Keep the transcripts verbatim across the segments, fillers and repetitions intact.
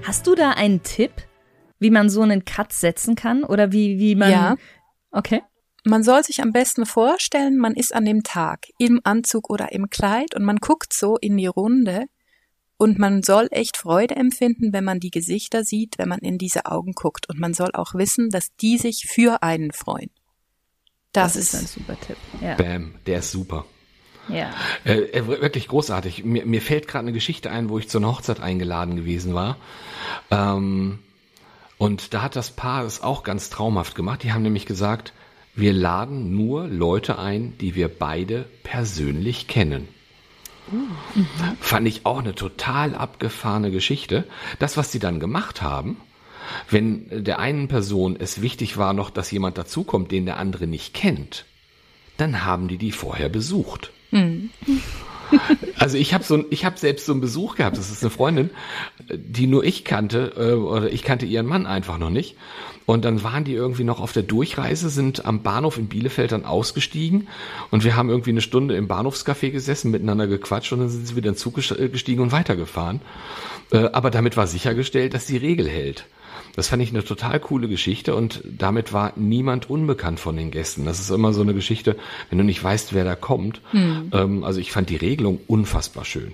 Hast du da einen Tipp, wie man so einen Cut setzen kann? Oder wie, wie man... Ja. Okay. Man soll sich am besten vorstellen, man ist an dem Tag im Anzug oder im Kleid und man guckt so in die Runde und man soll echt Freude empfinden, wenn man die Gesichter sieht, wenn man in diese Augen guckt. Und man soll auch wissen, dass die sich für einen freuen. Das, Das ist ist ein super Tipp. Ja. Bam, der ist super. Ja. Äh, wirklich großartig. Mir, mir fällt gerade eine Geschichte ein, wo ich zu einer Hochzeit eingeladen gewesen war. Ähm, und da hat das Paar es auch ganz traumhaft gemacht. Die haben nämlich gesagt, wir laden nur Leute ein, die wir beide persönlich kennen. Mhm. Fand ich auch eine total abgefahrene Geschichte. Das, was die dann gemacht haben, wenn der einen Person es wichtig war noch, dass jemand dazukommt, den der andere nicht kennt, dann haben die die vorher besucht. Mhm. Also ich habe so, ich habe selbst so einen Besuch gehabt. Das ist eine Freundin, die nur ich kannte, äh, oder ich kannte ihren Mann einfach noch nicht. Und dann waren die irgendwie noch auf der Durchreise, sind am Bahnhof in Bielefeld dann ausgestiegen und wir haben irgendwie eine Stunde im Bahnhofscafé gesessen, miteinander gequatscht und dann sind sie wieder in den Zug gestiegen und weitergefahren. Äh, aber damit war sichergestellt, dass die Regel hält. Das fand ich eine total coole Geschichte und damit war niemand unbekannt von den Gästen. Das ist immer so eine Geschichte, wenn du nicht weißt, wer da kommt. Hm. Ähm, also ich fand die Regelung unfassbar schön.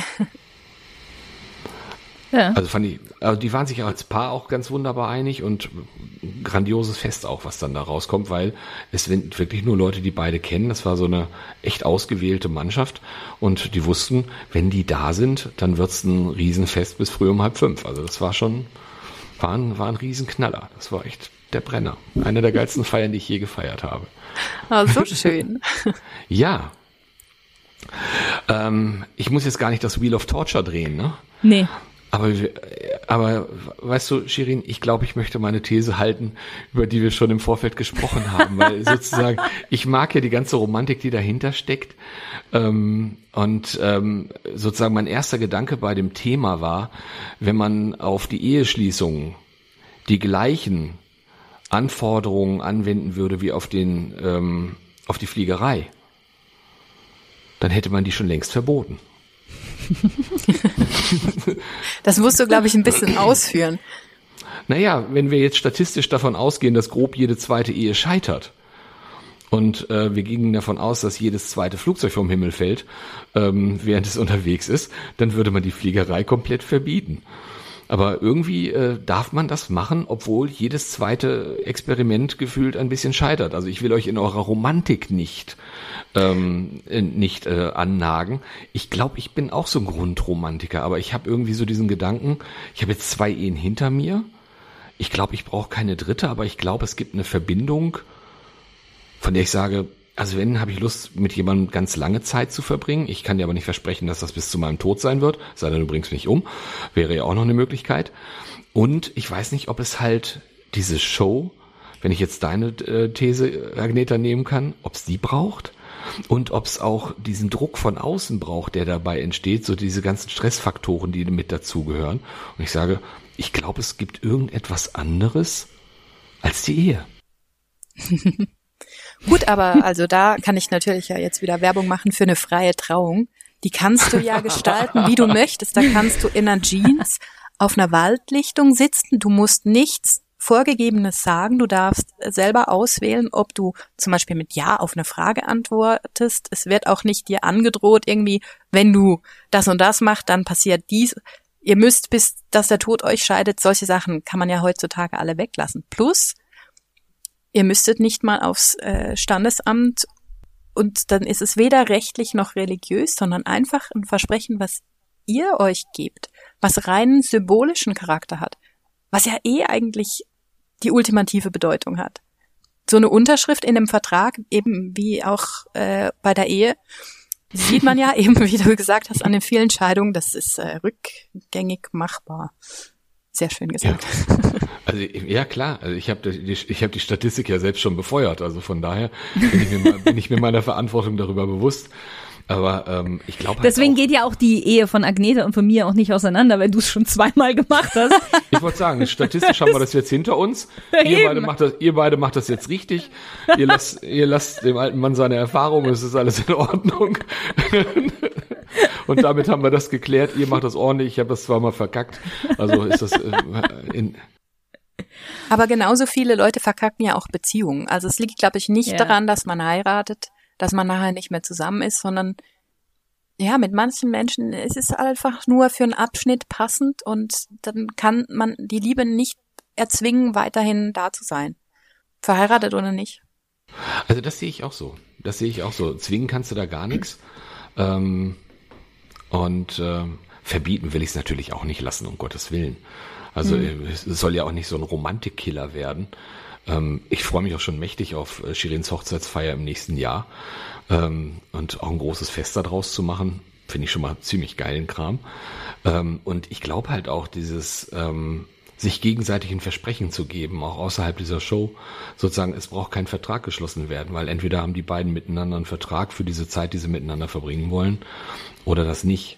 Ja. Also fand ich, also die waren sich als Paar auch ganz wunderbar einig und ein grandioses Fest auch, was dann da rauskommt, weil es sind wirklich nur Leute, die beide kennen. Das war so eine echt ausgewählte Mannschaft und die wussten, wenn die da sind, dann wird's ein Riesenfest bis früh um halb fünf. Also das war schon, war ein, war ein Riesenknaller. Das war echt der Brenner. Eine der geilsten Feiern, die ich je gefeiert habe. Ah, so schön. Ja. Ähm, ich muss jetzt gar nicht das Wheel of Torture drehen, ne? Nee. Aber, aber weißt du, Shirin, ich glaube, ich möchte meine These halten, über die wir schon im Vorfeld gesprochen haben, weil sozusagen, ich mag ja die ganze Romantik, die dahinter steckt. Ähm, und ähm, sozusagen mein erster Gedanke bei dem Thema war, wenn man auf die Eheschließung die gleichen Anforderungen anwenden würde wie auf den ähm, auf die Fliegerei, dann hätte man die schon längst verboten. Das musst du, glaube ich, ein bisschen ausführen. Naja, wenn wir jetzt statistisch davon ausgehen, dass grob jede zweite Ehe scheitert und äh, wir gingen davon aus, dass jedes zweite Flugzeug vom Himmel fällt, ähm, während es unterwegs ist, dann würde man die Fliegerei komplett verbieten. Aber irgendwie äh, darf man das machen, obwohl jedes zweite Experiment gefühlt ein bisschen scheitert. Also ich will euch in eurer Romantik nicht ähm, nicht äh, annagen. Ich glaube, ich bin auch so ein Grundromantiker, aber ich habe irgendwie so diesen Gedanken, ich habe jetzt zwei Ehen hinter mir. Ich glaube, ich brauche keine dritte, aber ich glaube, es gibt eine Verbindung, von der ich sage, also wenn, habe ich Lust, mit jemandem ganz lange Zeit zu verbringen. Ich kann dir aber nicht versprechen, dass das bis zu meinem Tod sein wird. Sei denn, du bringst mich um. Wäre ja auch noch eine Möglichkeit. Und ich weiß nicht, ob es halt diese Show, wenn ich jetzt deine äh, These, Agneta, nehmen kann, ob es die braucht und ob es auch diesen Druck von außen braucht, der dabei entsteht, so diese ganzen Stressfaktoren, die mit dazugehören. Und ich sage, ich glaube, es gibt irgendetwas anderes als die Ehe. Gut, aber also da kann ich natürlich ja jetzt wieder Werbung machen für eine freie Trauung. Die kannst du ja gestalten, wie du möchtest. Da kannst du in einer Jeans auf einer Waldlichtung sitzen. Du musst nichts Vorgegebenes sagen. Du darfst selber auswählen, ob du zum Beispiel mit Ja auf eine Frage antwortest. Es wird auch nicht dir angedroht, irgendwie, wenn du das und das machst, dann passiert dies. Ihr müsst, bis dass der Tod euch scheidet, solche Sachen kann man ja heutzutage alle weglassen. Plus, ihr müsstet nicht mal aufs äh, Standesamt und dann ist es weder rechtlich noch religiös, sondern einfach ein Versprechen, was ihr euch gebt, was rein symbolischen Charakter hat, was ja eh eigentlich die ultimative Bedeutung hat. So eine Unterschrift in einem Vertrag, eben wie auch äh, bei der Ehe, sieht man ja eben, wie du gesagt hast, an den vielen Scheidungen, das ist äh, rückgängig machbar. Sehr schön gesagt. Ja. Also ja klar, also ich habe die, ich habe die Statistik ja selbst schon befeuert, also von daher bin ich mir, mal, bin ich mir meiner Verantwortung darüber bewusst. Aber ähm, ich glaube halt deswegen auch, geht ja auch die Ehe von Agneta und von mir auch nicht auseinander, weil du es schon zweimal gemacht hast. Ich wollte sagen, statistisch haben wir das jetzt hinter uns. Ihr beide macht das, ihr beide macht das jetzt richtig. Ihr lasst, ihr lasst dem alten Mann seine Erfahrung, es ist alles in Ordnung. Und damit haben wir das geklärt. Ihr macht das ordentlich, ich habe das zwar mal verkackt. Also ist das äh, in... Aber genauso viele Leute verkacken ja auch Beziehungen. Also es liegt, glaube ich, nicht Ja. daran, dass man heiratet, dass man nachher nicht mehr zusammen ist, sondern ja, mit manchen Menschen ist es einfach nur für einen Abschnitt passend und dann kann man die Liebe nicht erzwingen, weiterhin da zu sein. Verheiratet oder nicht. Also das sehe ich auch so. Das sehe ich auch so. Zwingen kannst du da gar nichts. Ähm, und ähm, verbieten will ich es natürlich auch nicht lassen, um Gottes Willen. Also mhm. es soll ja auch nicht so ein Romantikkiller werden. Ähm, ich freue mich auch schon mächtig auf äh, Shirins Hochzeitsfeier im nächsten Jahr. Ähm, und auch ein großes Fest daraus zu machen, finde ich schon mal ziemlich geilen Kram. Ähm, und ich glaube halt auch dieses... Ähm, sich gegenseitig ein Versprechen zu geben, auch außerhalb dieser Show, sozusagen, es braucht kein Vertrag geschlossen werden, weil entweder haben die beiden miteinander einen Vertrag für diese Zeit, die sie miteinander verbringen wollen, oder das nicht.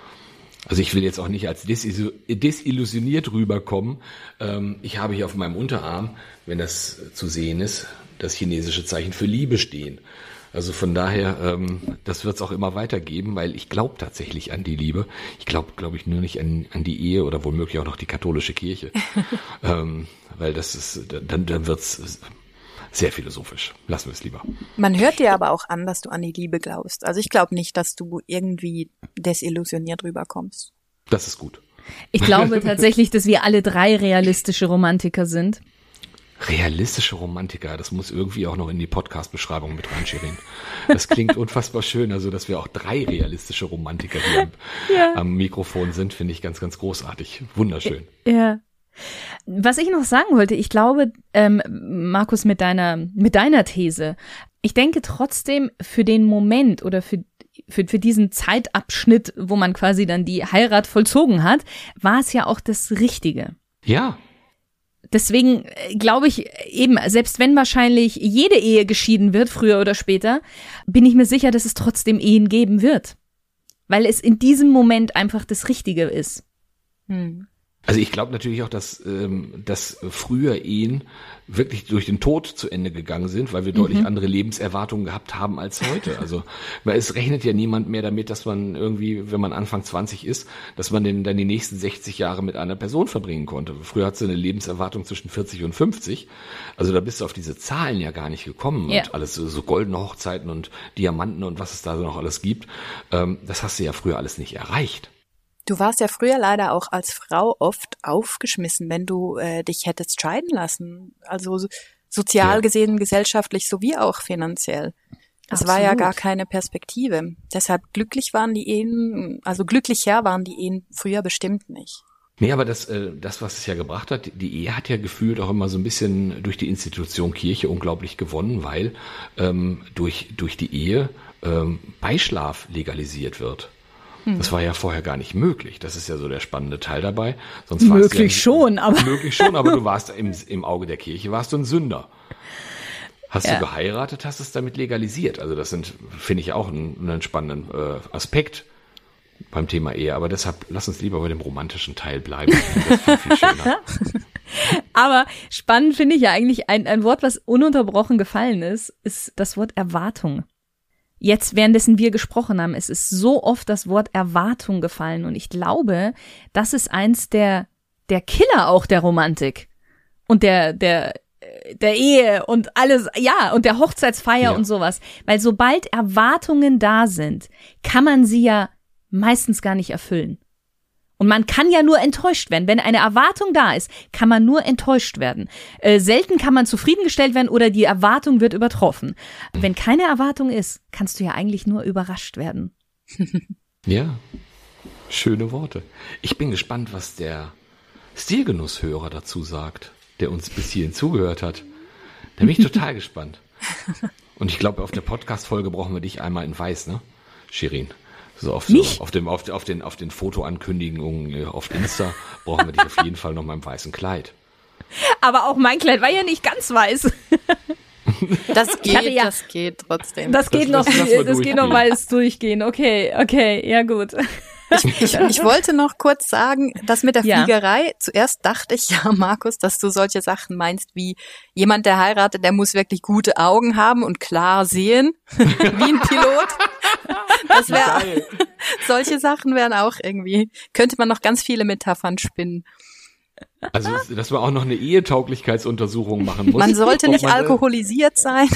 Also ich will jetzt auch nicht als desillusioniert rüberkommen. Ähm, ich habe hier auf meinem Unterarm, wenn das zu sehen ist, das chinesische Zeichen für Liebe stehen. Also von daher, ähm, das wird es auch immer weitergeben, weil ich glaube tatsächlich an die Liebe. Ich glaube, glaube ich, nur nicht an, an die Ehe oder womöglich auch noch die katholische Kirche. ähm, weil das ist, dann, dann wird es sehr philosophisch. Lassen wir es lieber. Man hört dir aber auch an, dass du an die Liebe glaubst. Also ich glaube nicht, dass du irgendwie desillusioniert rüberkommst. Das ist gut. Ich glaube tatsächlich, dass wir alle drei realistische Romantiker sind. Realistische Romantiker, das muss irgendwie auch noch in die Podcast-Beschreibung mit rein, Shirin. Das klingt unfassbar schön, also dass wir auch drei realistische Romantiker hier am, ja. am Mikrofon sind, finde ich ganz, ganz großartig. Wunderschön. Ja. Was ich noch sagen wollte, ich glaube, ähm, Markus, mit deiner, mit deiner These, ich denke trotzdem für den Moment oder für Für, für diesen Zeitabschnitt, wo man quasi dann die Heirat vollzogen hat, war es ja auch das Richtige. Ja. Deswegen glaube ich eben, selbst wenn wahrscheinlich jede Ehe geschieden wird, früher oder später, bin ich mir sicher, dass es trotzdem Ehen geben wird. Weil es in diesem Moment einfach das Richtige ist. Hm. Also ich glaube natürlich auch, dass, ähm, dass früher Ehen wirklich durch den Tod zu Ende gegangen sind, weil wir mhm. deutlich andere Lebenserwartungen gehabt haben als heute. Also weil es rechnet ja niemand mehr damit, dass man irgendwie, wenn man Anfang zwanzig ist, dass man denn dann die nächsten sechzig Jahre mit einer Person verbringen konnte. Früher hat sie eine Lebenserwartung zwischen vierzig und fünfzig. Also da bist du auf diese Zahlen ja gar nicht gekommen. Ja. Und alles so, so goldene Hochzeiten und Diamanten und was es da noch alles gibt. Ähm, das hast du ja früher alles nicht erreicht. Du warst ja früher leider auch als Frau oft aufgeschmissen, wenn du äh, dich hättest scheiden lassen. Also sozial ja. gesehen, gesellschaftlich sowie auch finanziell. Das Absolut. War ja gar keine Perspektive. Deshalb glücklich waren die Ehen, also glücklicher waren die Ehen früher bestimmt nicht. Nee, aber das, äh, das, was es ja gebracht hat, die Ehe hat ja gefühlt auch immer so ein bisschen durch die Institution Kirche unglaublich gewonnen, weil ähm, durch, durch die Ehe ähm, Beischlaf legalisiert wird. Das war ja vorher gar nicht möglich. Das ist ja so der spannende Teil dabei. Sonst möglich ja, schon, aber möglich schon, aber du warst im, im Auge der Kirche warst du ein Sünder. Hast ja. du geheiratet, hast es damit legalisiert. Also das sind, finde ich, auch einen, einen spannenden äh, Aspekt beim Thema Ehe. Aber deshalb lass uns lieber bei dem romantischen Teil bleiben. Ich finde das viel, viel schöner. Aber spannend finde ich ja eigentlich ein, ein Wort, was ununterbrochen gefallen ist, ist das Wort Erwartung. Jetzt, währenddessen wir gesprochen haben, es ist so oft das Wort Erwartung gefallen und ich glaube, das ist eins der, der Killer auch der Romantik und der, der, der Ehe und alles, ja, und der Hochzeitsfeier ja. und sowas. Weil sobald Erwartungen da sind, kann man sie ja meistens gar nicht erfüllen. Und man kann ja nur enttäuscht werden. Wenn eine Erwartung da ist, kann man nur enttäuscht werden. Äh, selten kann man zufriedengestellt werden oder die Erwartung wird übertroffen. Wenn keine Erwartung ist, kannst du ja eigentlich nur überrascht werden. Ja, schöne Worte. Ich bin gespannt, was der Stilgenusshörer dazu sagt, der uns bis hierhin zugehört hat. Da bin ich total gespannt. Und ich glaube, auf der Podcast-Folge brauchen wir dich einmal in weiß, ne, Shirin? So auf, so, auf dem, auf, auf den, auf den Fotoankündigungen auf Insta brauchen wir dich auf jeden Fall noch mal im weißen Kleid. Aber auch mein Kleid war ja nicht ganz weiß. Das geht, ja, das geht trotzdem. Das geht das, noch, das, das geht noch weiß durchgehen. Okay, okay, ja gut. Ich, ich, ich wollte noch kurz sagen, das mit der ja. Fliegerei, zuerst dachte ich ja, Markus, dass du solche Sachen meinst wie jemand, der heiratet, der muss wirklich gute Augen haben und klar sehen, wie ein Pilot. Das wäre, solche Sachen wären auch irgendwie, könnte man noch ganz viele Metaphern spinnen. Also, dass man auch noch eine Ehetauglichkeitsuntersuchung machen muss. Man sollte nicht man, alkoholisiert sein.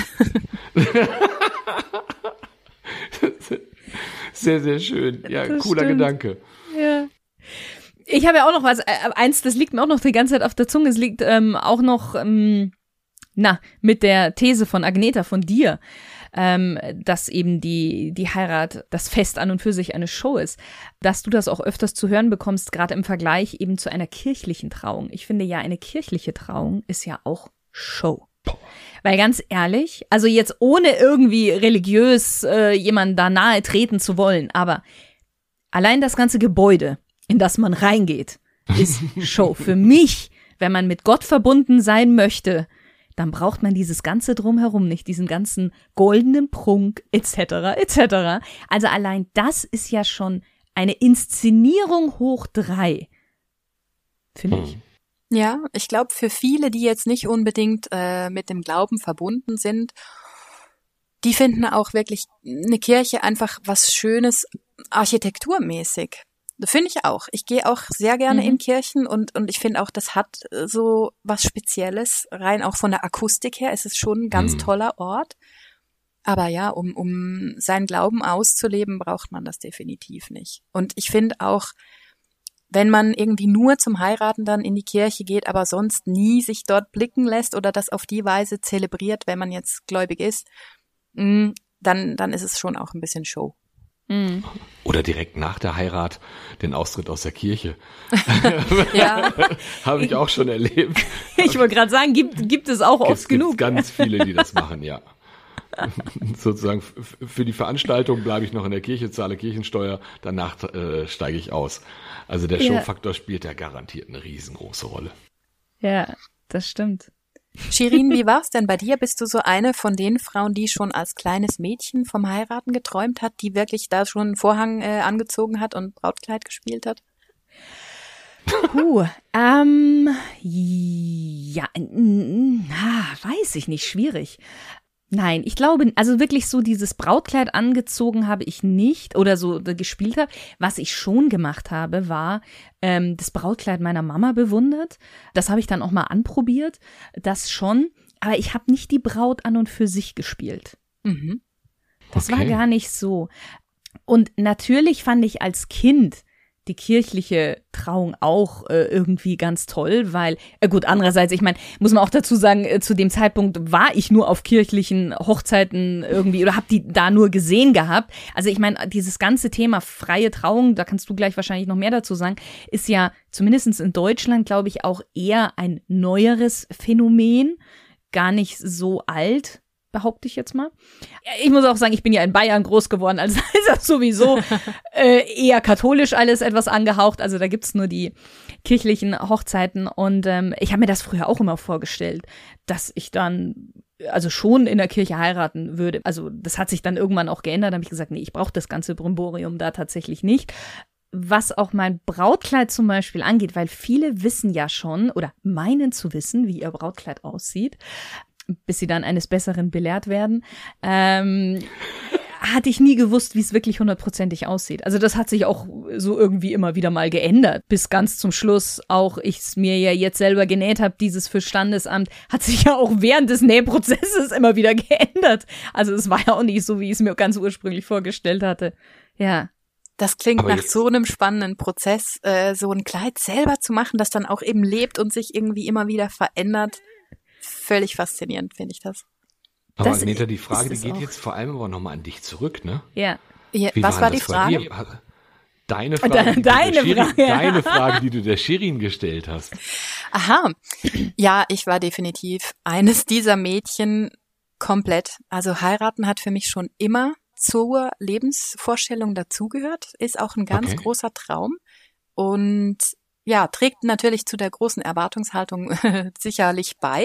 Sehr, sehr schön. Ja, Das cooler stimmt. Gedanke. Ja. Ich habe ja auch noch was, äh, eins, das liegt mir auch noch die ganze Zeit auf der Zunge. Es liegt ähm, auch noch, ähm, na, mit der These von Agneta, von dir, ähm, dass eben die, die Heirat, das Fest an und für sich eine Show ist, dass du das auch öfters zu hören bekommst, gerade im Vergleich eben zu einer kirchlichen Trauung. Ich finde ja, eine kirchliche Trauung ist ja auch Show. Weil ganz ehrlich, also jetzt ohne irgendwie religiös äh, jemanden da nahe treten zu wollen, aber allein das ganze Gebäude, in das man reingeht, ist Show. Für mich, wenn man mit Gott verbunden sein möchte, dann braucht man dieses ganze Drumherum nicht, diesen ganzen goldenen Prunk et cetera et cetera. Also allein das ist ja schon eine Inszenierung hoch drei, finde ich. Ja, ich glaube, für viele, die jetzt nicht unbedingt äh, mit dem Glauben verbunden sind, die finden auch wirklich eine Kirche einfach was Schönes, architekturmäßig. Das finde ich auch. Ich gehe auch sehr gerne Mhm. in Kirchen und und ich finde auch, das hat äh, so was Spezielles, rein auch von der Akustik her. Es ist schon ein ganz Mhm. toller Ort. Aber ja, um um seinen Glauben auszuleben, braucht man das definitiv nicht. Und ich finde auch, wenn man irgendwie nur zum Heiraten dann in die Kirche geht, aber sonst nie sich dort blicken lässt oder das auf die Weise zelebriert, wenn man jetzt gläubig ist, mh, dann dann ist es schon auch ein bisschen Show. Mhm. Oder direkt nach der Heirat den Austritt aus der Kirche. Ja, Habe ich auch schon erlebt. Ich wollte gerade sagen, gibt, gibt es auch Es oft gibt genug. ganz viele, die das machen, ja. Sozusagen f- für die Veranstaltung bleibe ich noch in der Kirche, zahle Kirchensteuer, danach äh, steige ich aus. Also der Ja. Showfaktor spielt ja garantiert eine riesengroße Rolle. Ja, das stimmt. Shirin, wie war's denn bei dir? Bist du so eine von den Frauen, die schon als kleines Mädchen vom Heiraten geträumt hat, die wirklich da schon einen Vorhang äh, angezogen hat und Brautkleid gespielt hat? Puh, ähm, ja, n- ah, weiß ich nicht, schwierig. Nein, ich glaube, also wirklich so dieses Brautkleid angezogen habe ich nicht oder so gespielt habe. Was ich schon gemacht habe, war ähm, das Brautkleid meiner Mama bewundert. Das habe ich dann auch mal anprobiert, das schon. Aber ich habe nicht die Braut an und für sich gespielt. Mhm. Das Okay. war gar nicht so. Und natürlich fand ich als Kind die kirchliche Trauung auch äh, irgendwie ganz toll, weil, äh, gut, andererseits, ich meine, muss man auch dazu sagen, äh, zu dem Zeitpunkt war ich nur auf kirchlichen Hochzeiten irgendwie oder habe die da nur gesehen gehabt. Also ich meine, dieses ganze Thema freie Trauung, da kannst du gleich wahrscheinlich noch mehr dazu sagen, ist ja zumindest in Deutschland, glaube ich, auch eher ein neueres Phänomen, gar nicht so alt, behaupte ich jetzt mal. Ich muss auch sagen, ich bin ja in Bayern groß geworden, also ist das sowieso äh, eher katholisch alles etwas angehaucht. Also da gibt's nur die kirchlichen Hochzeiten und ähm, ich habe mir das früher auch immer vorgestellt, dass ich dann also schon in der Kirche heiraten würde. Also das hat sich dann irgendwann auch geändert, da habe ich gesagt, nee, ich brauche das ganze Brimborium da tatsächlich nicht. Was auch mein Brautkleid zum Beispiel angeht, weil viele wissen ja schon oder meinen zu wissen, wie ihr Brautkleid aussieht, bis sie dann eines Besseren belehrt werden, ähm, hatte ich nie gewusst, wie es wirklich hundertprozentig aussieht. Also das hat sich auch so irgendwie immer wieder mal geändert, bis ganz zum Schluss auch ich es mir ja jetzt selber genäht habe, dieses für Standesamt, hat sich ja auch während des Nähprozesses immer wieder geändert. Also es war ja auch nicht so, wie ich es mir ganz ursprünglich vorgestellt hatte. Ja. Das klingt Aber nach jetzt- so einem spannenden Prozess, äh, so ein Kleid selber zu machen, das dann auch eben lebt und sich irgendwie immer wieder verändert. Völlig faszinierend, finde ich das. Aber Das Agneta, die Frage, die ist es geht auch. jetzt vor allem aber nochmal an dich zurück, ne? Ja. Ja, Wie was war die das bei Frage? dir? Deine Frage, Deine- die du der deine Shirin, Frage, ja. deine Frage, die du der Shirin gestellt hast. Aha, ja, ich war definitiv eines dieser Mädchen komplett. Also heiraten hat für mich schon immer zur Lebensvorstellung dazugehört, ist auch ein ganz Okay. großer Traum und ja, trägt natürlich zu der großen Erwartungshaltung sicherlich bei.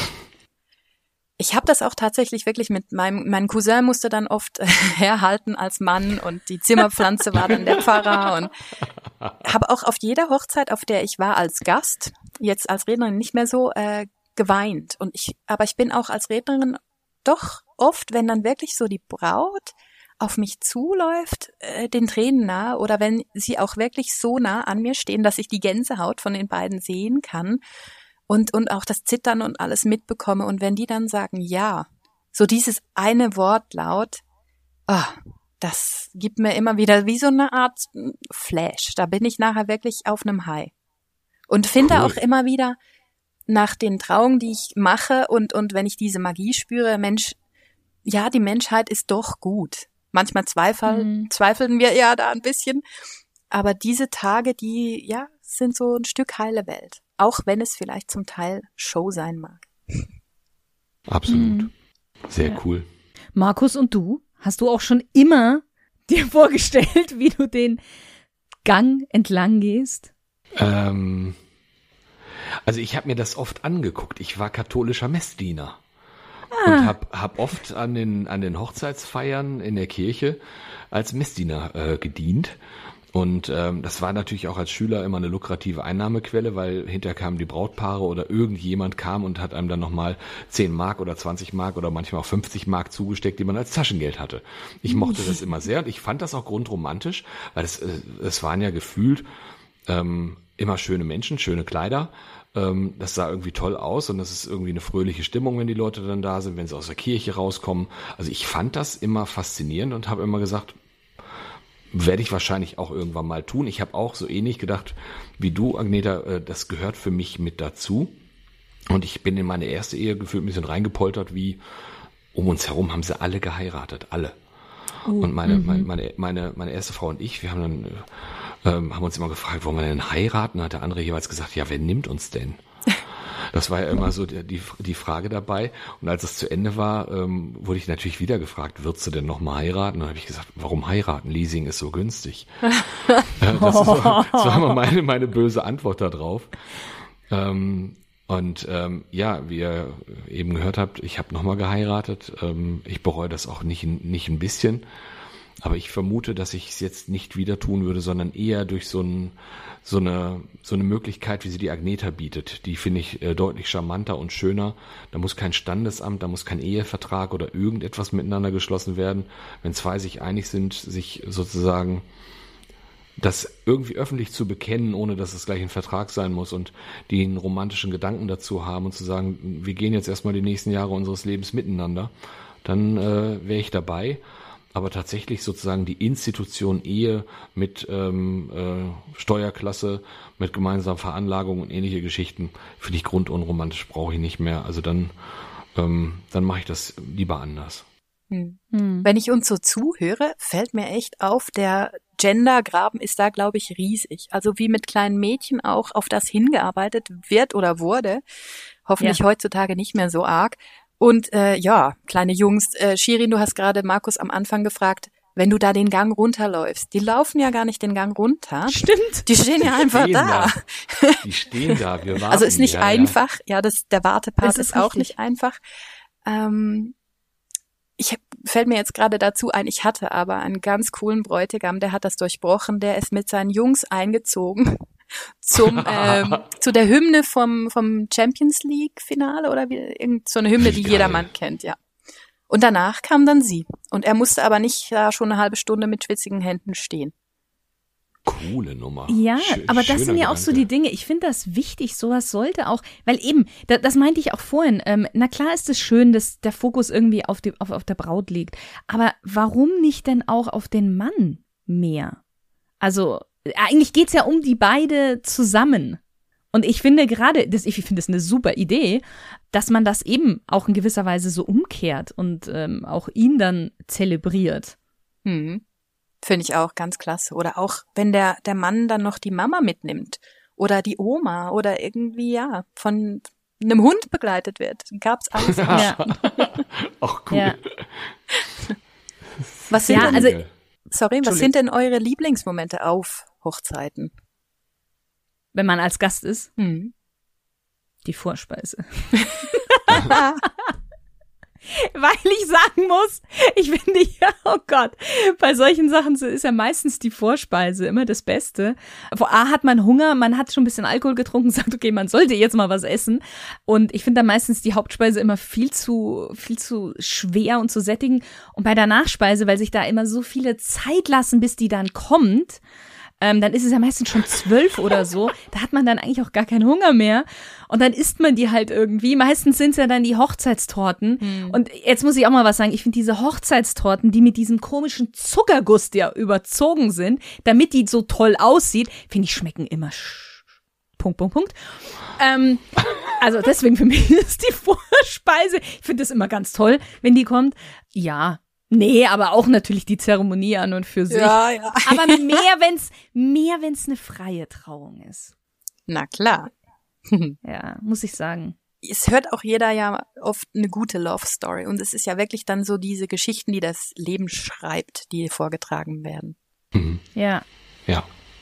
Ich habe das auch tatsächlich wirklich mit meinem, mein Cousin musste dann oft herhalten als Mann und die Zimmerpflanze war dann der Pfarrer und habe auch auf jeder Hochzeit, auf der ich war als Gast, jetzt als Rednerin nicht mehr so, äh, geweint. Und ich, aber ich bin auch als Rednerin doch oft, wenn dann wirklich so die Braut auf mich zuläuft, äh, den Tränen nah, oder wenn sie auch wirklich so nah an mir stehen, dass ich die Gänsehaut von den beiden sehen kann und und auch das Zittern und alles mitbekomme. Und wenn die dann sagen, ja, so dieses eine Wortlaut, oh, das gibt mir immer wieder wie so eine Art Flash. Da bin ich nachher wirklich auf einem High. Und finde Cool. auch immer wieder nach den Trauungen, die ich mache und und wenn ich diese Magie spüre, Mensch, ja, die Menschheit ist doch gut. Manchmal zweifeln, Mhm. zweifeln wir ja da ein bisschen. Aber diese Tage, die, ja, sind so ein Stück heile Welt. Auch wenn es vielleicht zum Teil Show sein mag. Absolut. Mhm. Sehr Ja. cool. Markus, und du? Hast du auch schon immer dir vorgestellt, wie du den Gang entlang gehst? Ähm, also ich habe mir das oft angeguckt. Ich war katholischer Messdiener. Und hab, hab oft an den, an den Hochzeitsfeiern in der Kirche als Messdiener äh, gedient. Und ähm, das war natürlich auch als Schüler immer eine lukrative Einnahmequelle, weil hinterher kamen die Brautpaare oder irgendjemand kam und hat einem dann nochmal zehn Mark oder zwanzig Mark oder manchmal auch fünfzig Mark zugesteckt, die man als Taschengeld hatte. Ich mochte das immer sehr und ich fand das auch grundromantisch, weil es, äh, es waren ja gefühlt ähm, immer schöne Menschen, schöne Kleider. Ähm, das sah irgendwie toll aus und das ist irgendwie eine fröhliche Stimmung, wenn die Leute dann da sind, wenn sie aus der Kirche rauskommen. Also ich fand das immer faszinierend und habe immer gesagt, werde ich wahrscheinlich auch irgendwann mal tun. Ich habe auch so ähnlich gedacht wie du, Agneta, äh, das gehört für mich mit dazu. Und ich bin in meine erste Ehe gefühlt ein bisschen reingepoltert, wie um uns herum haben sie alle geheiratet, alle. Uh, und meine, mhm. meine, meine, meine, meine erste Frau und ich, wir haben dann ähm, haben uns immer gefragt, wollen wir denn heiraten? Hat der andere jeweils gesagt, ja, wer nimmt uns denn? Das war ja immer so die, die, die Frage dabei. Und als es zu Ende war, ähm, wurde ich natürlich wieder gefragt, würdest du denn noch mal heiraten? Und dann habe ich gesagt, warum heiraten? Leasing ist so günstig. äh, das, ist, das war immer meine, meine böse Antwort darauf. Ähm, und ähm, ja, wie ihr eben gehört habt, ich habe noch mal geheiratet. Ähm, ich bereue das auch nicht, nicht ein bisschen. Aber ich vermute, dass ich es jetzt nicht wieder tun würde, sondern eher durch so, ein, so, eine, so eine Möglichkeit, wie sie die Agneta bietet. Die finde ich äh, deutlich charmanter und schöner. Da muss kein Standesamt, da muss kein Ehevertrag oder irgendetwas miteinander geschlossen werden. Wenn zwei sich einig sind, sich sozusagen das irgendwie öffentlich zu bekennen, ohne dass es gleich ein Vertrag sein muss und die einen romantischen Gedanken dazu haben und zu sagen, wir gehen jetzt erstmal die nächsten Jahre unseres Lebens miteinander, dann äh, wäre ich dabei. Aber tatsächlich sozusagen die Institution Ehe mit ähm, äh, Steuerklasse, mit gemeinsamer Veranlagung und ähnliche Geschichten finde ich grundunromantisch, brauche ich nicht mehr. Also dann, ähm, dann mache ich das lieber anders. Hm. Hm. Wenn ich uns so zuhöre, fällt mir echt auf, der Gendergraben ist da, glaube ich, riesig. Also wie mit kleinen Mädchen auch auf das hingearbeitet wird oder wurde. Hoffentlich Ja. heutzutage nicht mehr so arg. Und äh, ja, kleine Jungs, äh, Shirin, du hast gerade Markus am Anfang gefragt, wenn du da den Gang runterläufst. Die laufen ja gar nicht den Gang runter. Stimmt. Die stehen ja einfach stehen da. da. Die stehen da, wir warten. Also ist nicht ja, einfach. Ja, das der Wartepart Es ist ist auch richtig. nicht einfach. Ähm, ich hab, fällt mir jetzt gerade dazu ein, ich hatte aber einen ganz coolen Bräutigam, der hat das durchbrochen, der ist mit seinen Jungs eingezogen zum ähm, zu der Hymne vom vom Champions League Finale oder wie, irgend so eine Hymne, Wie die geil. jedermann kennt, ja. Und danach kam dann sie und er musste aber nicht da schon eine halbe Stunde mit schwitzigen Händen stehen. Coole Nummer. Ja, Schö- aber das schöner sind ja auch so die Gedanke. Dinge. Ich finde das wichtig. Sowas sollte auch, weil eben, da, das meinte ich auch vorhin. Ähm, na klar ist es schön, dass der Fokus irgendwie auf, die, auf, auf der Braut liegt. Aber warum nicht denn auch auf den Mann mehr? Also eigentlich geht's ja um die beide zusammen. Und ich finde gerade, das, ich finde es eine super Idee, dass man das eben auch in gewisser Weise so umkehrt und ähm, auch ihn dann zelebriert. Hm. Finde ich auch ganz klasse. Oder auch, wenn der, der Mann dann noch die Mama mitnimmt oder die Oma oder irgendwie, ja, von einem Hund begleitet wird. Gab's alles. Ja. Auch cool. Ja. Was sind Ja, denn, also- sorry, was Entschuldigung. sind denn eure Lieblingsmomente auf Hochzeiten? Wenn man als Gast ist, Hm. die Vorspeise. Weil ich sagen muss, ich finde ja, oh Gott, bei solchen Sachen ist ja meistens die Vorspeise immer das Beste. Vor A hat man Hunger, man hat schon ein bisschen Alkohol getrunken, sagt, okay, man sollte jetzt mal was essen. Und ich finde dann meistens die Hauptspeise immer viel zu, viel zu schwer und zu sättigen. Und bei der Nachspeise, weil sich da immer so viele Zeit lassen, bis die dann kommt, Ähm, dann ist es ja meistens schon zwölf oder so. Da hat man dann eigentlich auch gar keinen Hunger mehr. Und dann isst man die halt irgendwie. Meistens sind es ja dann die Hochzeitstorten. Hm. Und jetzt muss ich auch mal was sagen. Ich finde diese Hochzeitstorten, die mit diesem komischen Zuckerguss ja überzogen sind, damit die so toll aussieht, finde ich, schmecken immer sch- Punkt, Punkt, Punkt. Ähm, also deswegen für mich ist die Vorspeise, ich finde das immer ganz toll, wenn die kommt. Ja, nee, aber auch natürlich die Zeremonie an und für sich. Ja, ja. Aber mehr, wenn's, mehr, wenn's eine freie Trauung ist. Na klar. Ja, muss ich sagen. Es hört auch jeder ja oft eine gute Love Story. Und es ist ja wirklich dann so diese Geschichten, die das Leben schreibt, die vorgetragen werden. Mhm. Ja. Ja.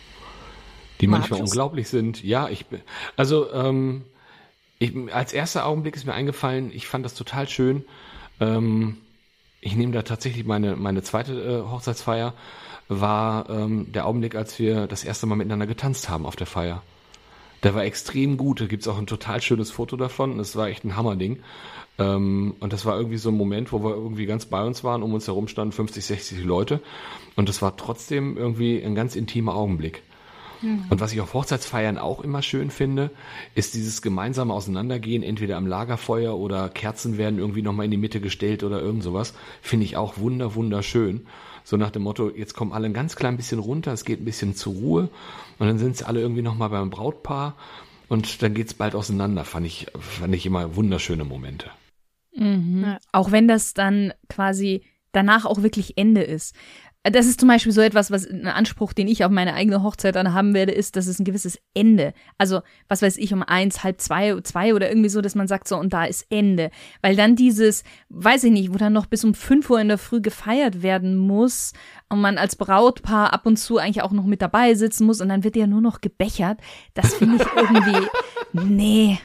Die Markus. manchmal unglaublich sind. Ja, ich bin, also, ähm, ich, als erster Augenblick ist mir eingefallen, ich fand das total schön, ähm, ich nehme da tatsächlich meine meine zweite äh, Hochzeitsfeier, war ähm, der Augenblick, als wir das erste Mal miteinander getanzt haben auf der Feier. Der war extrem gut, da gibt's auch ein total schönes Foto davon, das war echt ein Hammerding. Ähm, und das war irgendwie so ein Moment, wo wir irgendwie ganz bei uns waren, um uns herum standen fünfzig, sechzig Leute und das war trotzdem irgendwie ein ganz intimer Augenblick. Und was ich auf Hochzeitsfeiern auch immer schön finde, ist dieses gemeinsame Auseinandergehen, entweder am Lagerfeuer oder Kerzen werden irgendwie nochmal in die Mitte gestellt oder irgend sowas, finde ich auch wunder, wunderschön. So nach dem Motto, jetzt kommen alle ein ganz klein bisschen runter, es geht ein bisschen zur Ruhe und dann sind sie alle irgendwie nochmal beim Brautpaar und dann geht's bald auseinander, fand ich, fand ich immer wunderschöne Momente. Mhm. Ja. Auch wenn das dann quasi danach auch wirklich Ende ist. Das ist zum Beispiel so etwas, was ein Anspruch, den ich auf meine eigene Hochzeit dann haben werde, ist, dass es ein gewisses Ende. Also, was weiß ich, um eins, halb zwei, zwei oder irgendwie so, dass man sagt so, und da ist Ende. Weil dann dieses, weiß ich nicht, wo dann noch bis um fünf Uhr in der Früh gefeiert werden muss und man als Brautpaar ab und zu eigentlich auch noch mit dabei sitzen muss und dann wird ja nur noch gebechert. Das finde ich irgendwie, nee.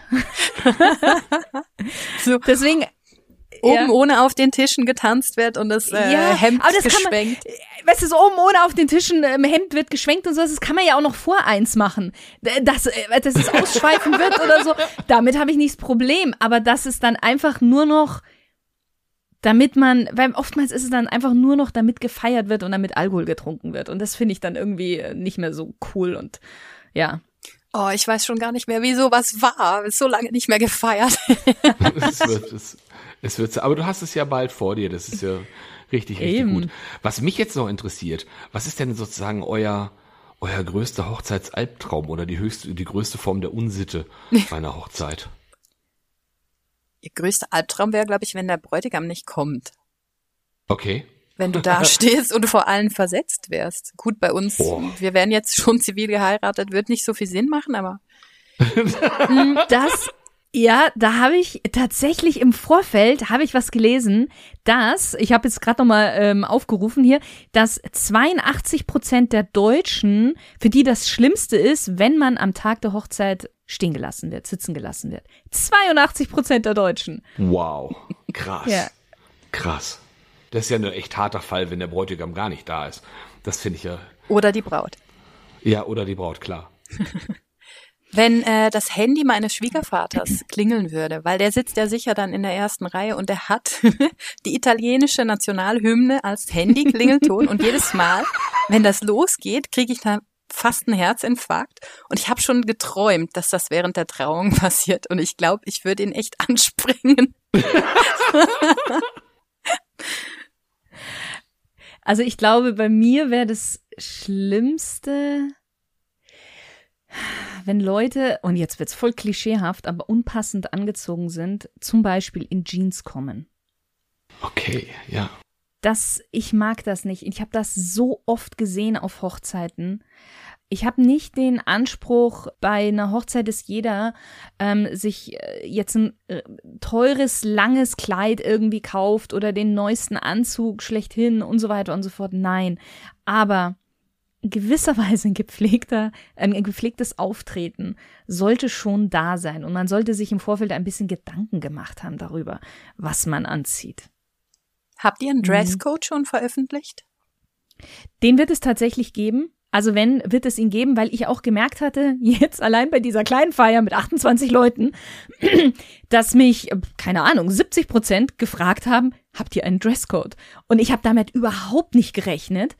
So. Deswegen, oben ja. ohne auf den Tischen getanzt wird und das äh, ja, Hemd aber das geschwenkt. Kann man, weißt du, so oben ohne auf den Tischen ähm, Hemd wird geschwenkt und sowas, das kann man ja auch noch vor eins machen. Dass, äh, dass es ausschweifen wird oder so, damit habe ich nicht das Problem. Aber dass es dann einfach nur noch, damit man, weil oftmals ist es dann einfach nur noch, damit gefeiert wird und damit Alkohol getrunken wird. Und das finde ich dann irgendwie nicht mehr so cool und ja. Oh, ich weiß schon gar nicht mehr, wie sowas war. Ist so lange nicht mehr gefeiert. es wird, es, es wird, aber du hast es ja bald vor dir, das ist ja richtig, richtig Eben. gut. Was mich jetzt noch interessiert, was ist denn sozusagen euer, euer größter Hochzeitsalbtraum oder die höchste, die größte Form der Unsitte bei einer Hochzeit? Ihr größter Albtraum wäre, glaube ich, wenn der Bräutigam nicht kommt. Okay. Wenn du da stehst und vor allen versetzt wärst. Gut, bei uns, oh. wir werden jetzt schon zivil geheiratet, wird nicht so viel Sinn machen, aber das, ja, da habe ich tatsächlich im Vorfeld, habe ich was gelesen, dass, ich habe jetzt gerade nochmal ähm, aufgerufen hier, dass zweiundachtzig Prozent der Deutschen, für die das Schlimmste ist, wenn man am Tag der Hochzeit stehen gelassen wird, sitzen gelassen wird. zweiundachtzig Prozent der Deutschen. Wow, krass, ja. krass. Das ist ja ein echt harter Fall, wenn der Bräutigam gar nicht da ist. Das finde ich ja. Oder die Braut. Ja, oder die Braut, klar. Wenn äh, das Handy meines Schwiegervaters klingeln würde, weil der sitzt ja sicher dann in der ersten Reihe und der hat die italienische Nationalhymne als Handy-Klingelton und jedes Mal, wenn das losgeht, kriege ich da fast einen Herzinfarkt und ich habe schon geträumt, dass das während der Trauung passiert und ich glaube, ich würde ihn echt anspringen. Also ich glaube, bei mir wäre das Schlimmste, wenn Leute, und jetzt wird's voll klischeehaft, aber unpassend angezogen sind, zum Beispiel in Jeans kommen. Okay, ja. Das, ich mag das nicht. Ich habe das so oft gesehen auf Hochzeiten. Ich habe nicht den Anspruch, bei einer Hochzeit ist jeder, ähm, sich äh, jetzt ein äh, teures, langes Kleid irgendwie kauft oder den neuesten Anzug schlechthin und so weiter und so fort. Nein, aber gewisserweise ein gepflegter, ein gepflegtes Auftreten sollte schon da sein. Und man sollte sich im Vorfeld ein bisschen Gedanken gemacht haben darüber, was man anzieht. Habt ihr einen Dresscode schon veröffentlicht? Den wird es tatsächlich geben. Also wenn, wird es ihn geben, weil ich auch gemerkt hatte, jetzt allein bei dieser kleinen Feier mit achtundzwanzig Leuten, dass mich, keine Ahnung, siebzig Prozent gefragt haben, habt ihr einen Dresscode? Und ich habe damit überhaupt nicht gerechnet.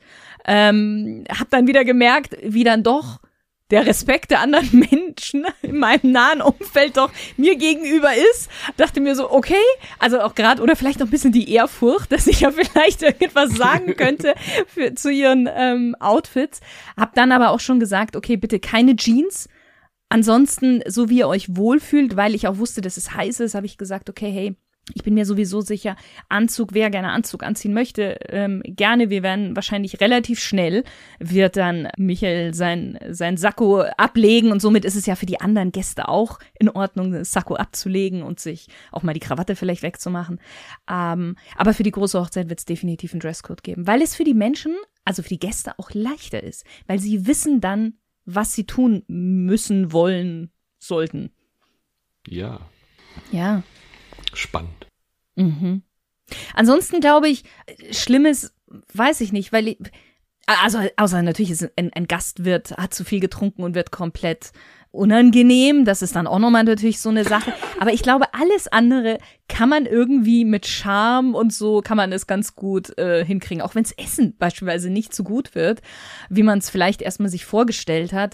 Ähm, habe dann wieder gemerkt, wie dann doch der Respekt der anderen Menschen in meinem nahen Umfeld doch mir gegenüber ist. Dachte mir so, okay, also auch gerade, oder vielleicht noch ein bisschen die Ehrfurcht, dass ich ja vielleicht irgendwas sagen könnte für, zu ihren ähm, Outfits. Hab dann aber auch schon gesagt, okay, bitte keine Jeans. Ansonsten, so wie ihr euch wohlfühlt, weil ich auch wusste, dass es heiß ist, habe ich gesagt, okay, hey, ich bin mir sowieso sicher, Anzug, wer gerne Anzug anziehen möchte, ähm, gerne. Wir werden wahrscheinlich relativ schnell, wird dann Michael sein, sein Sakko ablegen und somit ist es ja für die anderen Gäste auch in Ordnung, das Sakko abzulegen und sich auch mal die Krawatte vielleicht wegzumachen. Ähm, aber für die große Hochzeit wird es definitiv einen Dresscode geben, weil es für die Menschen, also für die Gäste auch leichter ist, weil sie wissen dann, was sie tun müssen, wollen, sollten. Ja. Ja. Spannend. Mhm. Ansonsten glaube ich, Schlimmes weiß ich nicht, weil ich, also außer natürlich ist ein, ein Gast wird, hat zu viel getrunken und wird komplett unangenehm, das ist dann auch nochmal natürlich so eine Sache, aber ich glaube, alles andere kann man irgendwie mit Charme und so, kann man es ganz gut äh, hinkriegen, auch wenn das Essen beispielsweise nicht so gut wird, wie man es vielleicht erstmal sich vorgestellt hat.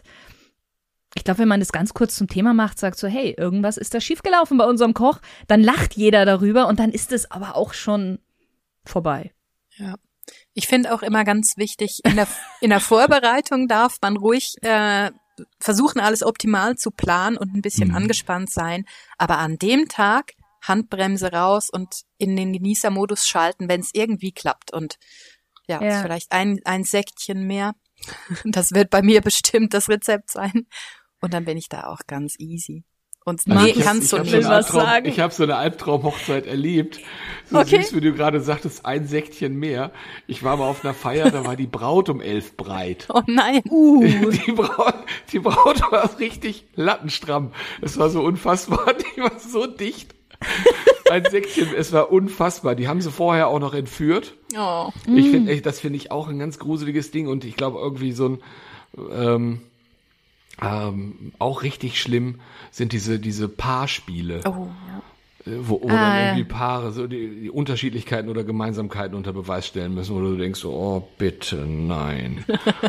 Ich glaube, wenn man das ganz kurz zum Thema macht, sagt so, hey, irgendwas ist da schiefgelaufen bei unserem Koch, dann lacht jeder darüber und dann ist es aber auch schon vorbei. Ja. Ich finde auch immer ganz wichtig, in der, in der Vorbereitung darf man ruhig äh, versuchen, alles optimal zu planen und ein bisschen mhm. angespannt sein. Aber an dem Tag Handbremse raus und in den Genießermodus schalten, wenn es irgendwie klappt. Und ja, ja. vielleicht ein, ein Säckchen mehr. Das wird bei mir bestimmt das Rezept sein. Und dann bin ich da auch ganz easy. Und also nee, ich kannst hab, du ich nicht so was Albtraum, sagen. Ich habe so eine Albtraumhochzeit erlebt. So okay. süß, wie du gerade sagtest, ein Säckchen mehr. Ich war mal auf einer Feier, da war die Braut um elf breit. Oh nein. Uh. Die Braut, die Braut war richtig lattenstramm. Es war so unfassbar, die war so dicht. Ein Säckchen, es war unfassbar. Die haben sie vorher auch noch entführt. Oh. Ich finde, das finde ich auch ein ganz gruseliges Ding und ich glaube irgendwie so ein ähm, ähm, auch richtig schlimm sind diese diese Paarspiele, oh, ja. wo, wo ah, dann ja. irgendwie Paare so die, die Unterschiedlichkeiten oder Gemeinsamkeiten unter Beweis stellen müssen, wo du denkst so, oh bitte nein.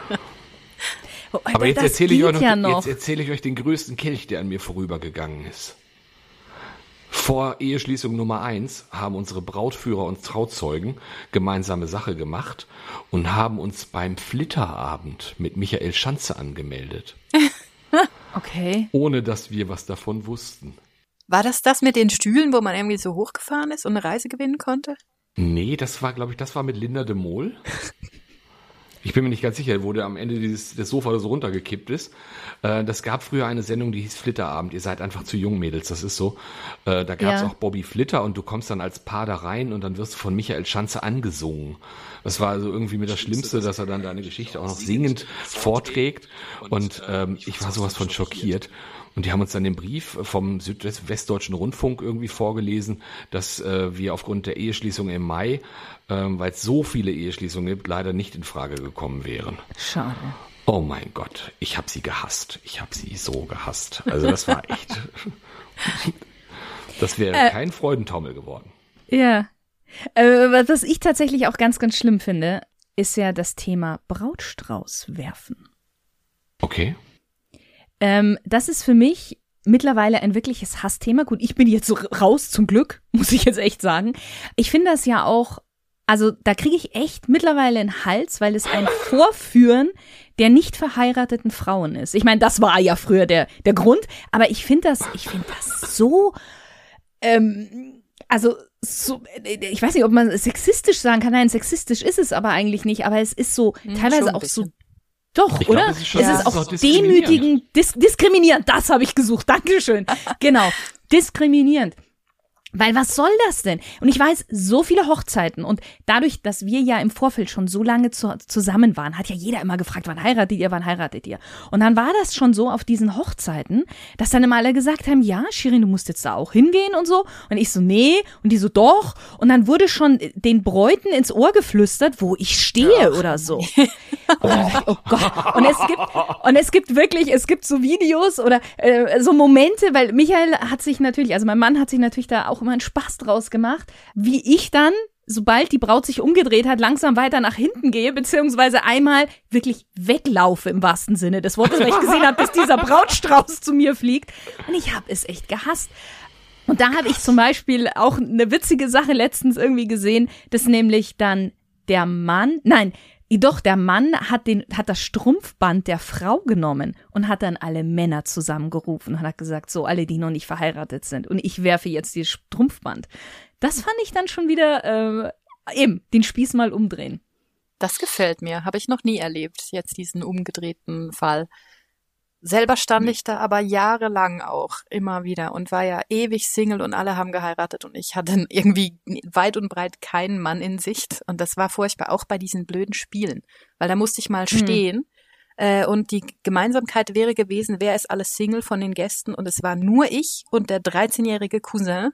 Aber jetzt erzähle ich euch noch, ja noch. jetzt erzähle ich euch den größten Kelch, der an mir vorübergegangen ist. Vor Eheschließung Nummer eins haben unsere Brautführer und Trauzeugen gemeinsame Sache gemacht und haben uns beim Flitterabend mit Michael Schanze angemeldet. Okay. Ohne dass wir was davon wussten. War das das mit den Stühlen, wo man irgendwie so hochgefahren ist und eine Reise gewinnen konnte? Nee, das war, glaube ich, das war mit Linda de Mol. Ich bin mir nicht ganz sicher, wo der am Ende dieses das Sofa so runtergekippt ist. Äh, das gab früher eine Sendung, die hieß Flitterabend. Ihr seid einfach zu jung, Mädels, das ist so. Äh, da gab es ja. auch Bobby Flitter und du kommst dann als Paar da rein und dann wirst du von Michael Schanze angesungen. Das war also irgendwie mit das Schlimmste, dass er dann deine Geschichte auch noch singend vorträgt. Und ähm, ich war sowas von schockiert. Und die haben uns dann den Brief vom Südwestdeutschen Rundfunk irgendwie vorgelesen, dass äh, wir aufgrund der Eheschließung im Mai, ähm, weil es so viele Eheschließungen gibt, leider nicht in Frage gekommen wären. Schade. Oh mein Gott, ich habe sie gehasst. Ich habe sie so gehasst. Also das war echt, das wäre äh, kein Freudentaumel geworden. Ja. Äh, was ich tatsächlich auch ganz, ganz schlimm finde, ist ja das Thema Brautstrauß werfen. Okay. Ähm, das ist für mich mittlerweile ein wirkliches Hassthema. Gut, ich bin jetzt so raus, zum Glück, muss ich jetzt echt sagen. Ich finde das ja auch, also da kriege ich echt mittlerweile einen Hals, weil es ein Vorführen der nicht verheirateten Frauen ist. Ich meine, das war ja früher der der Grund, aber ich finde das, ich finde das so, ähm, also so, ich weiß nicht, ob man sexistisch sagen kann. Nein, sexistisch ist es aber eigentlich nicht, aber es ist so hm, teilweise auch so. Doch, ich oder? Glaub, es ist, schon, es ist ja. auch, auch demütigend, dis- diskriminierend, das habe ich gesucht, Dankeschön. Genau, diskriminierend. Weil was soll das denn? Und ich weiß, so viele Hochzeiten und dadurch, dass wir ja im Vorfeld schon so lange zu, zusammen waren, hat ja jeder immer gefragt, wann heiratet ihr, wann heiratet ihr? Und dann war das schon so auf diesen Hochzeiten, dass dann immer alle gesagt haben, ja, Shirin, du musst jetzt da auch hingehen und so. Und ich so, nee. Und die so, doch. Und dann wurde schon den Bräuten ins Ohr geflüstert, wo ich stehe Ach. oder so. Und dann dachte ich, oh Gott. Und es gibt, und es gibt wirklich, es gibt so Videos oder äh, so Momente, weil Michael hat sich natürlich, also mein Mann hat sich natürlich da auch immer einen Spaß draus gemacht, wie ich dann, sobald die Braut sich umgedreht hat, langsam weiter nach hinten gehe, beziehungsweise einmal wirklich weglaufe im wahrsten Sinne des Wortes, weil ich gesehen habe, dass dieser Brautstrauß zu mir fliegt. Und ich habe es echt gehasst. Und da habe ich zum Beispiel auch eine witzige Sache letztens irgendwie gesehen, dass nämlich dann der Mann, nein, Doch, der Mann hat den, hat das Strumpfband der Frau genommen und hat dann alle Männer zusammengerufen und hat gesagt, so, alle, die noch nicht verheiratet sind. Und ich werfe jetzt dieses Strumpfband. Das fand ich dann schon wieder, äh, eben, den Spieß mal umdrehen. Das gefällt mir. Habe ich noch nie erlebt, jetzt diesen umgedrehten Fall. Selber stand ich da aber jahrelang auch immer wieder und war ja ewig Single und alle haben geheiratet und ich hatte irgendwie weit und breit keinen Mann in Sicht und das war furchtbar, auch bei diesen blöden Spielen, weil da musste ich mal stehen mhm. äh, und die Gemeinsamkeit wäre gewesen, wer ist alles Single von den Gästen und es war nur ich und der dreizehnjährige Cousin.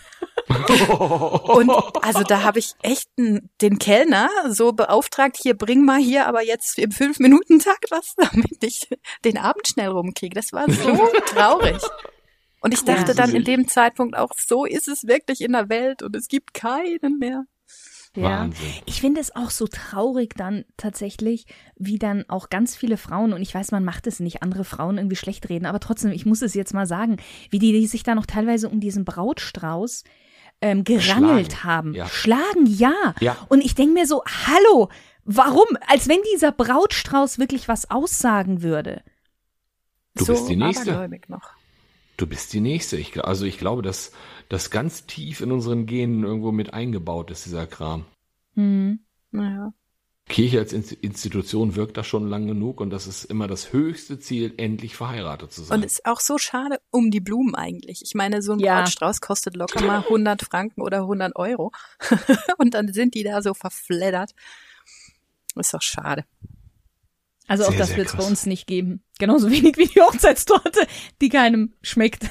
Und also da habe ich echt den Kellner so beauftragt, hier bring mal hier aber jetzt im Fünf-Minuten-Takt was, damit ich den Abend schnell rumkriege. Das war so traurig. Und ich dachte ja, dann in dem Zeitpunkt auch, so ist es wirklich in der Welt und es gibt keinen mehr. Ja, Wahnsinn. Ich finde es auch so traurig dann tatsächlich, wie dann auch ganz viele Frauen, und ich weiß, man macht es nicht, andere Frauen irgendwie schlecht reden, aber trotzdem, ich muss es jetzt mal sagen, wie die, die sich da noch teilweise um diesen Brautstrauß ähm, gerangelt Schlagen. haben. Ja. Schlagen, ja. ja. Und ich denke mir so, hallo, warum? Als wenn dieser Brautstrauß wirklich was aussagen würde. Du so bist die Nächste. Noch. Du bist die Nächste. Ich, also ich glaube, dass das ganz tief in unseren Genen irgendwo mit eingebaut ist, dieser Kram. Hm. Naja. Kirche als Institution wirkt da schon lang genug und das ist immer das höchste Ziel, endlich verheiratet zu sein. Und es ist auch so schade um die Blumen eigentlich. Ich meine, so ein ja. Brautstrauß kostet locker mal hundert Franken oder hundert Euro und dann sind die da so verfleddert. Ist doch schade. Also auch sehr, das wird es bei uns nicht geben. Genauso wenig wie die Hochzeitstorte, die keinem schmeckt.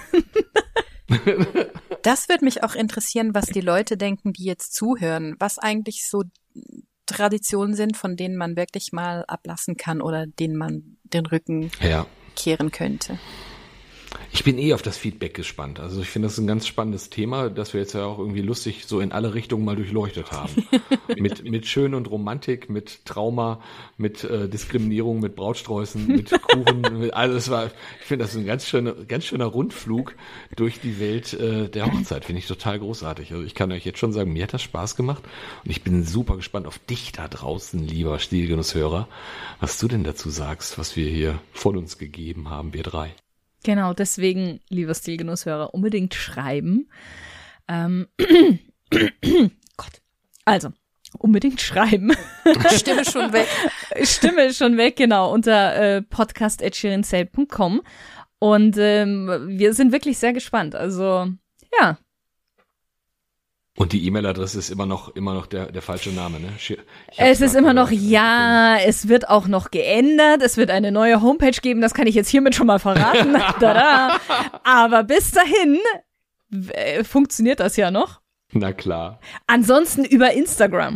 Das würde mich auch interessieren, was die Leute denken, die jetzt zuhören. Was eigentlich so Traditionen sind, von denen man wirklich mal ablassen kann oder denen man den Rücken ja. kehren könnte. Ich bin eh auf das Feedback gespannt. Also ich finde das ein ganz spannendes Thema, das wir jetzt ja auch irgendwie lustig so in alle Richtungen mal durchleuchtet haben. mit mit Schön und Romantik, mit Trauma, mit äh, Diskriminierung, mit Brautsträußen, mit Kuchen. mit, also es war, ich finde das ein ganz schöner, ganz schöner Rundflug durch die Welt äh, der Hochzeit. Finde ich total großartig. Also ich kann euch jetzt schon sagen, mir hat das Spaß gemacht und ich bin super gespannt auf dich da draußen, lieber Stilgenusshörer, was du denn dazu sagst, was wir hier von uns gegeben haben, wir drei. Genau, deswegen, lieber Stilgenusshörer, unbedingt schreiben. Ähm, Gott. Also, unbedingt schreiben. Stimme schon weg. Stimme schon weg, genau, unter äh, podcast at shirin selb punkt com. Und ähm, wir sind wirklich sehr gespannt. Also, ja. Und die E-Mail-Adresse ist immer noch immer noch der der falsche Name, ne? Es ist immer noch, ja, es wird auch noch geändert, es wird eine neue Homepage geben, das kann ich jetzt hiermit schon mal verraten. Tada. Aber bis dahin äh, funktioniert das ja noch. Na klar. Ansonsten über Instagram.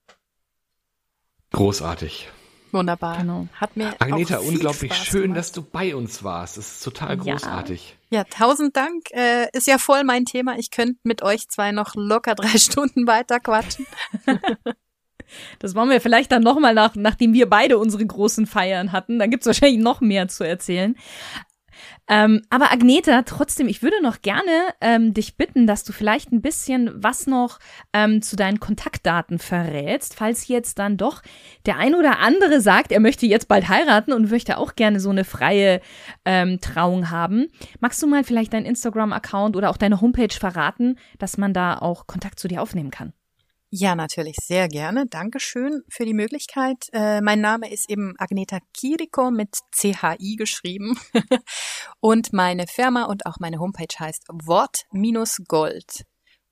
Großartig. Wunderbar. Genau. Hat mir Agneta, auch viel unglaublich Spaß schön, gemacht. dass du bei uns warst. Das ist total großartig. Ja, ja tausend Dank. Äh, ist ja voll mein Thema. Ich könnte mit euch zwei noch locker drei Stunden weiter quatschen. Das wollen wir vielleicht dann nochmal, nach, nachdem wir beide unsere großen Feiern hatten. Dann gibt's wahrscheinlich noch mehr zu erzählen. Ähm, aber Agneta, trotzdem, ich würde noch gerne ähm, dich bitten, dass du vielleicht ein bisschen was noch ähm, zu deinen Kontaktdaten verrätst, falls jetzt dann doch der ein oder andere sagt, er möchte jetzt bald heiraten und möchte auch gerne so eine freie ähm, Trauung haben. Magst du mal vielleicht deinen Instagram-Account oder auch deine Homepage verraten, dass man da auch Kontakt zu dir aufnehmen kann? Ja, natürlich, sehr gerne. Dankeschön für die Möglichkeit. Äh, mein Name ist eben Agneta Chirico mit C H I geschrieben. Und meine Firma und auch meine Homepage heißt Wort Gold.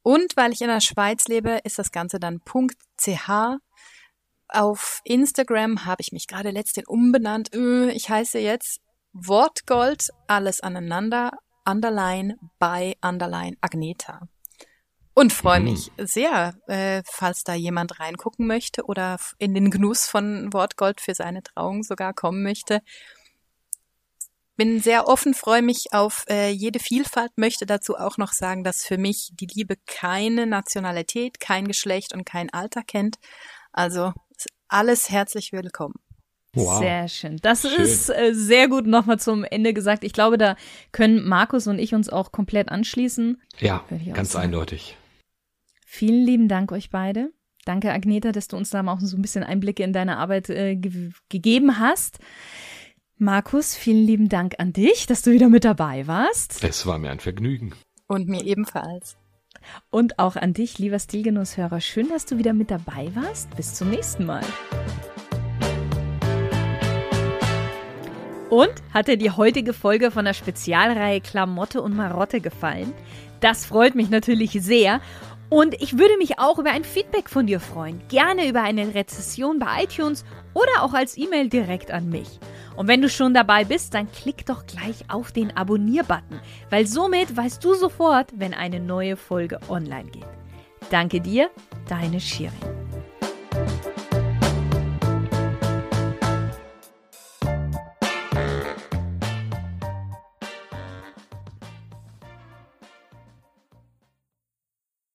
Und weil ich in der Schweiz lebe, ist das Ganze dann .ch. Auf Instagram habe ich mich gerade letztens umbenannt. Ich heiße jetzt Wortgold, alles aneinander, Underline bei Underline Agneta. Und freue mich mhm. sehr, äh, falls da jemand reingucken möchte oder in den Genuss von Wortgold für seine Trauung sogar kommen möchte. Bin sehr offen, freue mich auf äh, jede Vielfalt, möchte dazu auch noch sagen, dass für mich die Liebe keine Nationalität, kein Geschlecht und kein Alter kennt. Also ist alles herzlich willkommen. Wow. Sehr schön. Das schön. ist äh, sehr gut nochmal zum Ende gesagt. Ich glaube, da können Markus und ich uns auch komplett anschließen. Ja, ganz eindeutig. Vielen lieben Dank euch beide. Danke, Agneta, dass du uns da mal auch so ein bisschen Einblicke in deine Arbeit äh, ge- gegeben hast. Markus, vielen lieben Dank an dich, dass du wieder mit dabei warst. Es war mir ein Vergnügen. Und mir ebenfalls. Und auch an dich, lieber Stilgenusshörer. Schön, dass du wieder mit dabei warst. Bis zum nächsten Mal. Und hat dir die heutige Folge von der Spezialreihe Klamotte und Marotte gefallen? Das freut mich natürlich sehr. Und ich würde mich auch über ein Feedback von dir freuen. Gerne über eine Rezension bei iTunes oder auch als E-Mail direkt an mich. Und wenn du schon dabei bist, dann klick doch gleich auf den Abonnier-Button, weil somit weißt du sofort, wenn eine neue Folge online geht. Danke dir, deine Shirin.